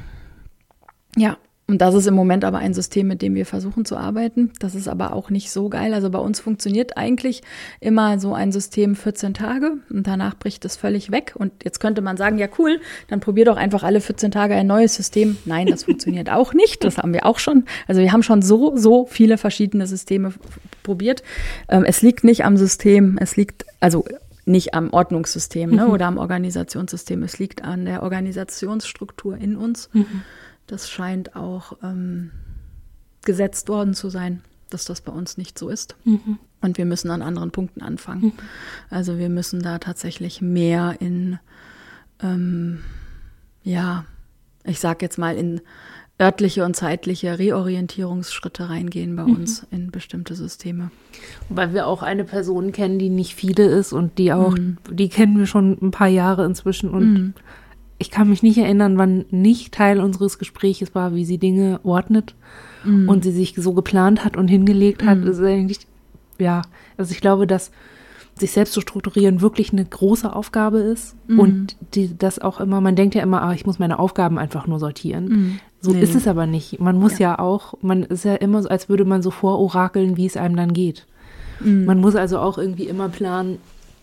Ja. Und das ist im Moment aber ein System, mit dem wir versuchen zu arbeiten. Das ist aber auch nicht so geil. Also bei uns funktioniert eigentlich immer so ein System vierzehn Tage und danach bricht es völlig weg. Und jetzt könnte man sagen, ja cool, dann probier doch einfach alle vierzehn Tage ein neues System. Nein, das funktioniert auch nicht. Das haben wir auch schon. Also wir haben schon so, so viele verschiedene Systeme f- probiert. Ähm, es liegt nicht am System, es liegt, also nicht am Ordnungssystem ne, Mhm. oder am Organisationssystem. Es liegt an der Organisationsstruktur in uns. Mhm. Das scheint auch ähm, gesetzt worden zu sein, dass das bei uns nicht so ist. Mhm. Und wir müssen an anderen Punkten anfangen. Mhm. Also wir müssen da tatsächlich mehr in, ähm, ja, ich sag jetzt mal in örtliche und zeitliche Reorientierungsschritte reingehen bei Mhm. uns in bestimmte Systeme. Weil wir auch eine Person kennen, die nicht viele ist und die auch, Mhm. die kennen wir schon ein paar Jahre inzwischen und Mhm. ich kann mich nicht erinnern, wann nicht Teil unseres Gesprächs war, wie sie Dinge ordnet Mhm. und sie sich so geplant hat und hingelegt hat. Mhm. Das ist eigentlich, ja, also ich glaube, dass sich selbst zu strukturieren wirklich eine große Aufgabe ist Mhm. und die, das auch immer, man denkt ja immer, ah, ich muss meine Aufgaben einfach nur sortieren. Mhm. So Nee, ist nee. es aber nicht. Man muss Ja. ja auch, man ist ja immer so, als würde man so vororakeln, wie es einem dann geht. Mhm. Man muss also auch irgendwie immer planen,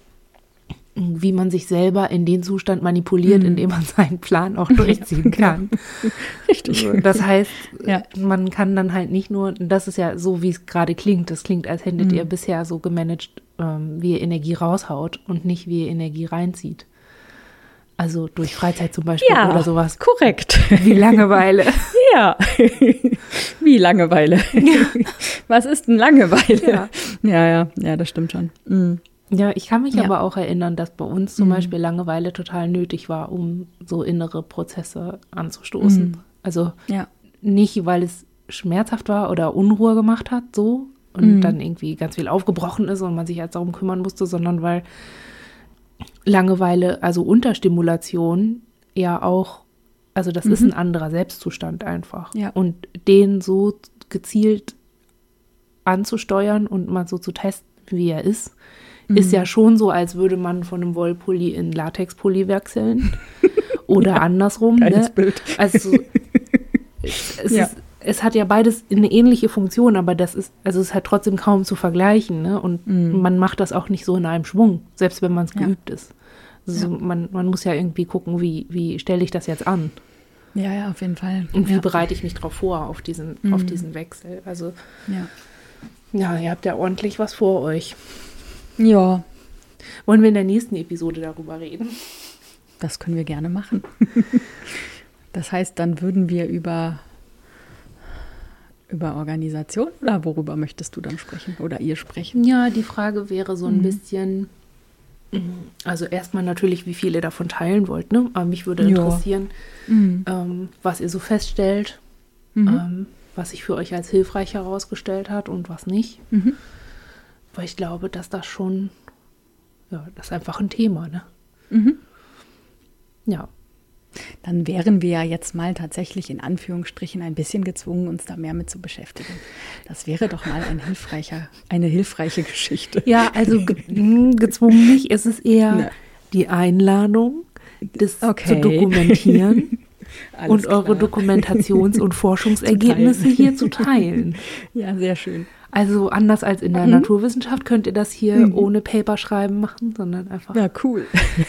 wie man sich selber in den Zustand manipuliert, Mhm. indem man seinen Plan auch durchziehen kann. Richtig. Das heißt, Ja. man kann dann halt nicht nur, das ist ja so, wie es gerade klingt, das klingt, als hättet Mhm. ihr bisher so gemanagt, ähm, wie ihr Energie raushaut und nicht, wie ihr Energie reinzieht. Also durch Freizeit zum Beispiel Ja, oder sowas. korrekt. Wie Langeweile. Ja, wie Langeweile. Was ist denn Langeweile? Ja. ja, ja, ja, das stimmt schon. Mhm. Ja, ich kann mich Ja. aber auch erinnern, dass bei uns zum Mhm. Beispiel Langeweile total nötig war, um so innere Prozesse anzustoßen. Mhm. Also Ja. nicht, weil es schmerzhaft war oder Unruhe gemacht hat, so und Mhm. dann irgendwie ganz viel aufgebrochen ist und man sich jetzt darum kümmern musste, sondern weil Langeweile, also Unterstimulation, ja auch, also das ist Mhm. ein anderer Selbstzustand einfach. Ja. Und den so gezielt anzusteuern und mal so zu testen, wie er ist, mhm. ist ja schon so, als würde man von einem Wollpulli in Latexpulli wechseln. Oder ja, andersrum. Ne? Bild. Also es, es, ja. ist, es hat ja beides eine ähnliche Funktion, aber das ist, also es ist halt trotzdem kaum zu vergleichen. Ne? Und mhm. man macht das auch nicht so in einem Schwung, selbst wenn man es ja. geübt ist. Also ja. man, man muss ja irgendwie gucken, wie, wie stelle ich das jetzt an? Ja, ja, auf jeden Fall. Und wie ja. bereite ich mich darauf vor, auf diesen, mhm. auf diesen Wechsel? Also ja. ja, ihr habt ja ordentlich was vor euch. Ja. Wollen wir in der nächsten Episode darüber reden? Das können wir gerne machen. Das heißt, dann würden wir über, über Organisation oder worüber möchtest du dann sprechen oder ihr sprechen? Ja, die Frage wäre so ein mhm. bisschen, also erstmal natürlich, wie viele davon teilen wollt, ne? Aber mich würde interessieren, mhm. ähm, was ihr so feststellt, mhm. ähm, was sich für euch als hilfreich herausgestellt hat und was nicht. Mhm. Weil ich glaube, dass das schon, ja, das ist einfach ein Thema, ne? Mhm. Ja. Dann wären wir ja jetzt mal tatsächlich in Anführungsstrichen ein bisschen gezwungen, uns da mehr mit zu beschäftigen. Das wäre doch mal ein hilfreicher, eine hilfreiche Geschichte. Ja, also ge- gezwungen nicht, es ist eher ne. die Einladung, das okay. zu dokumentieren und klar. eure Dokumentations- und Forschungsergebnisse hier zu teilen. Ja, sehr schön. Also anders als in der mhm. Naturwissenschaft könnt ihr das hier mhm. ohne Paperschreiben machen, sondern einfach ja, cool.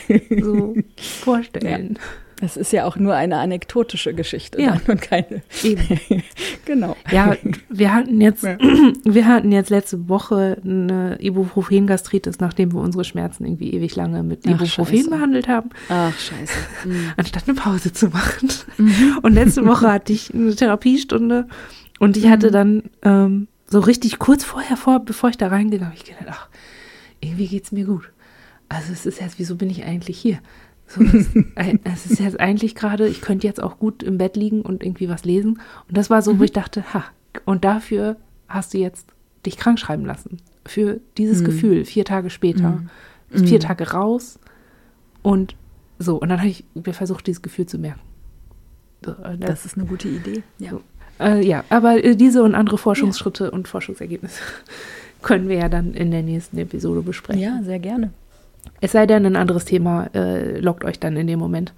so vorstellen. Ja. Das ist ja auch nur eine anekdotische Geschichte ja. und keine. Eben. Genau. Ja, wir hatten jetzt, ja. wir hatten jetzt letzte Woche eine Ibuprofen-Gastritis, nachdem wir unsere Schmerzen irgendwie ewig lange mit Ibuprofen Ach, behandelt haben. Ach, scheiße. Mhm. Anstatt eine Pause zu machen. Mhm. Und letzte Woche hatte ich eine Therapiestunde und ich mhm. hatte dann ähm, so richtig kurz vorher, vor, bevor ich da reingegangen bin, ich gedacht, ach, irgendwie geht's mir gut. Also es ist jetzt, wieso bin ich eigentlich hier? So, es, es ist jetzt eigentlich gerade, ich könnte jetzt auch gut im Bett liegen und irgendwie was lesen. Und das war so, mhm. wo ich dachte, ha, und dafür hast du jetzt dich krank schreiben lassen. Für dieses mhm. Gefühl, vier Tage später. Mhm. Vier Tage raus und so. Und dann habe ich mir versucht, dieses Gefühl zu merken. So, das, das ist eine gute Idee, ja. So. Äh, ja, aber äh, diese und andere Forschungsschritte ja. und Forschungsergebnisse können wir ja dann in der nächsten Episode besprechen. Ja, sehr gerne. Es sei denn, ein anderes Thema äh, lockt euch dann in dem Moment.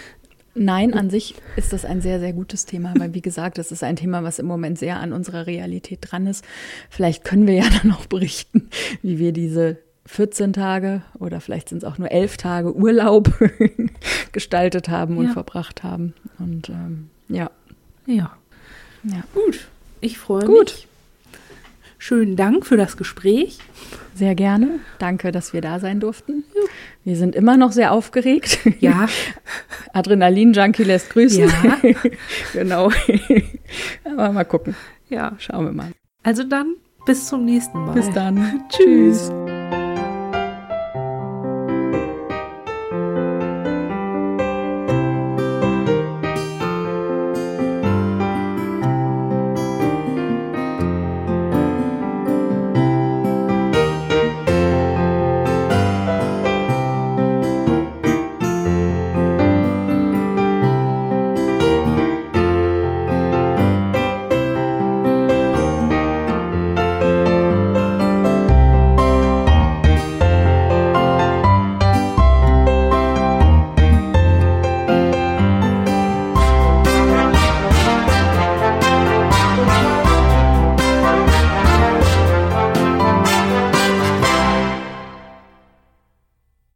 Nein, an sich ist das ein sehr, sehr gutes Thema, weil wie gesagt, das ist ein Thema, was im Moment sehr an unserer Realität dran ist. Vielleicht können wir ja dann auch berichten, wie wir diese vierzehn Tage oder vielleicht sind es auch nur elf Tage Urlaub gestaltet haben und ja. verbracht haben. Und ähm, ja. Ja. Ja. Gut, ich freue Gut. mich. Schönen Dank für das Gespräch. Sehr gerne. Danke, dass wir da sein durften. Wir sind immer noch sehr aufgeregt. Ja. Adrenalin-Junkie lässt grüßen. Ja. Genau. Aber mal gucken. Ja. Schauen wir mal. Also dann, bis zum nächsten Mal. Bis dann. Tschüss.